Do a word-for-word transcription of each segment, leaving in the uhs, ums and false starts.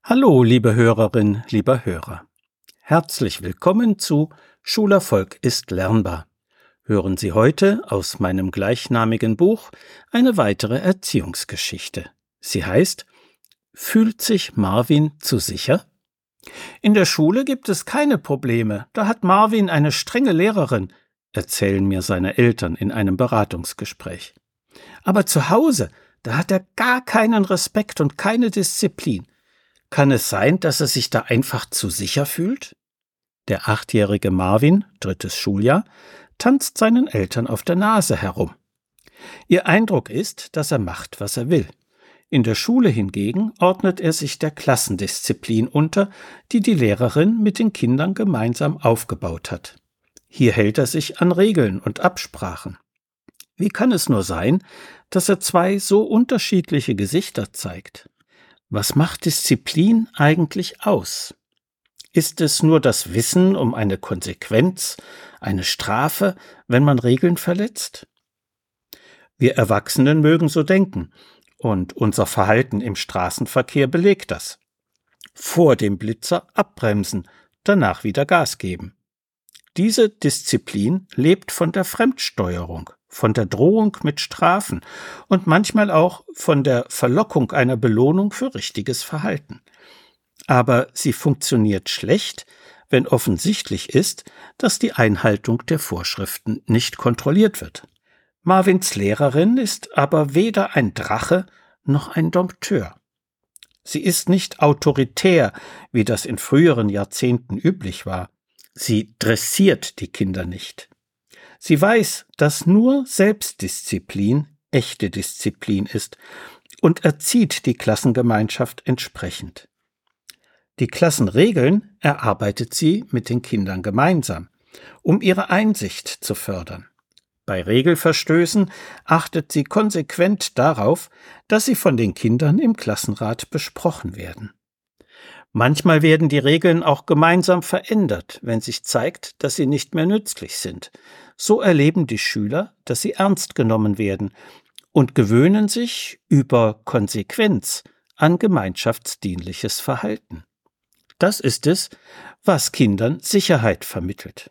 Hallo, liebe Hörerin, lieber Hörer. Herzlich willkommen zu Schulerfolg ist lernbar. Hören Sie heute aus meinem gleichnamigen Buch eine weitere Erziehungsgeschichte. Sie heißt »Fühlt sich Marvin zu sicher?« In der Schule gibt es keine Probleme, da hat Marvin eine strenge Lehrerin, erzählen mir seine Eltern in einem Beratungsgespräch. Aber zu Hause, da hat er gar keinen Respekt und keine Disziplin. Kann es sein, dass er sich da einfach zu sicher fühlt? Der achtjährige Marvin, drittes Schuljahr, tanzt seinen Eltern auf der Nase herum. Ihr Eindruck ist, dass er macht, was er will. In der Schule hingegen ordnet er sich der Klassendisziplin unter, die die Lehrerin mit den Kindern gemeinsam aufgebaut hat. Hier hält er sich an Regeln und Absprachen. Wie kann es nur sein, dass er zwei so unterschiedliche Gesichter zeigt? Was macht Disziplin eigentlich aus? Ist es nur das Wissen um eine Konsequenz, eine Strafe, wenn man Regeln verletzt? Wir Erwachsenen mögen so denken, und unser Verhalten im Straßenverkehr belegt das. Vor dem Blitzer abbremsen, danach wieder Gas geben. Diese Disziplin lebt von der Fremdsteuerung, von der Drohung mit Strafen und manchmal auch von der Verlockung einer Belohnung für richtiges Verhalten. Aber sie funktioniert schlecht, wenn offensichtlich ist, dass die Einhaltung der Vorschriften nicht kontrolliert wird. Marvins Lehrerin ist aber weder ein Drache noch ein Dompteur. Sie ist nicht autoritär, wie das in früheren Jahrzehnten üblich war. Sie dressiert die Kinder nicht. Sie weiß, dass nur Selbstdisziplin echte Disziplin ist und erzieht die Klassengemeinschaft entsprechend. Die Klassenregeln erarbeitet sie mit den Kindern gemeinsam, um ihre Einsicht zu fördern. Bei Regelverstößen achtet sie konsequent darauf, dass sie von den Kindern im Klassenrat besprochen werden. Manchmal werden die Regeln auch gemeinsam verändert, wenn sich zeigt, dass sie nicht mehr nützlich sind. So erleben die Schüler, dass sie ernst genommen werden und gewöhnen sich über Konsequenz an gemeinschaftsdienliches Verhalten. Das ist es, was Kindern Sicherheit vermittelt.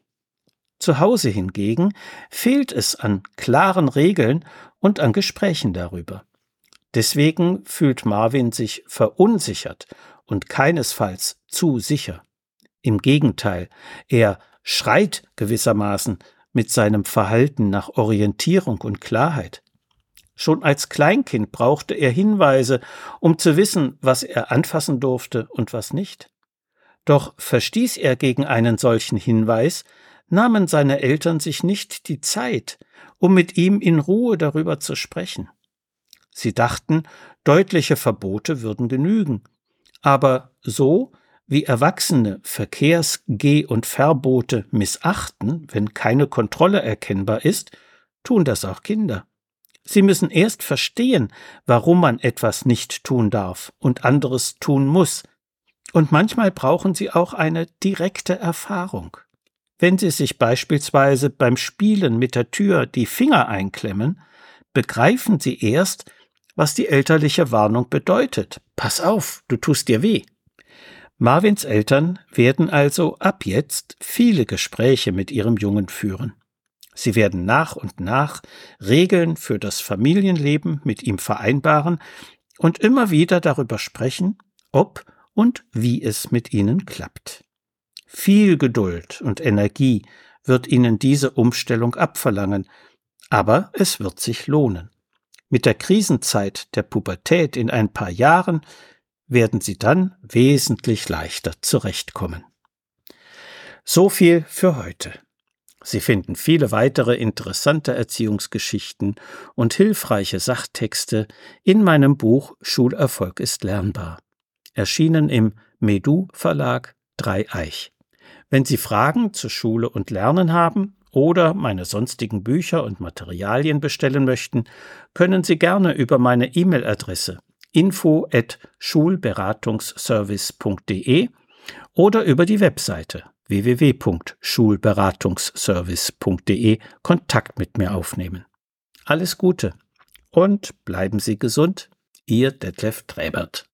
Zu Hause hingegen fehlt es an klaren Regeln und an Gesprächen darüber. Deswegen fühlt Marvin sich verunsichert und keinesfalls zu sicher. Im Gegenteil, er schreit gewissermaßen mit seinem Verhalten nach Orientierung und Klarheit. Schon als Kleinkind brauchte er Hinweise, um zu wissen, was er anfassen durfte und was nicht. Doch verstieß er gegen einen solchen Hinweis, nahmen seine Eltern sich nicht die Zeit, um mit ihm in Ruhe darüber zu sprechen. Sie dachten, deutliche Verbote würden genügen. Aber so, wie Erwachsene Verkehrs-, Geh- und Verbote missachten, wenn keine Kontrolle erkennbar ist, tun das auch Kinder. Sie müssen erst verstehen, warum man etwas nicht tun darf und anderes tun muss. Und manchmal brauchen sie auch eine direkte Erfahrung. Wenn sie sich beispielsweise beim Spielen mit der Tür die Finger einklemmen, begreifen sie erst, was die elterliche Warnung bedeutet. Pass auf, du tust dir weh. Marvins Eltern werden also ab jetzt viele Gespräche mit ihrem Jungen führen. Sie werden nach und nach Regeln für das Familienleben mit ihm vereinbaren und immer wieder darüber sprechen, ob und wie es mit ihnen klappt. Viel Geduld und Energie wird ihnen diese Umstellung abverlangen, aber es wird sich lohnen. Mit der Krisenzeit der Pubertät in ein paar Jahren werden sie dann wesentlich leichter zurechtkommen. So viel für heute. Sie finden viele weitere interessante Erziehungsgeschichten und hilfreiche Sachtexte in meinem Buch Schulerfolg ist lernbar. Erschienen im Medu Verlag Dreieich. Wenn Sie Fragen zu Schule und Lernen haben oder meine sonstigen Bücher und Materialien bestellen möchten, können Sie gerne über meine E-Mail-Adresse info at schulberatungsservice punkt de oder über die Webseite w w w punkt schulberatungsservice punkt de Kontakt mit mir aufnehmen. Alles Gute und bleiben Sie gesund, Ihr Detlef Träbert.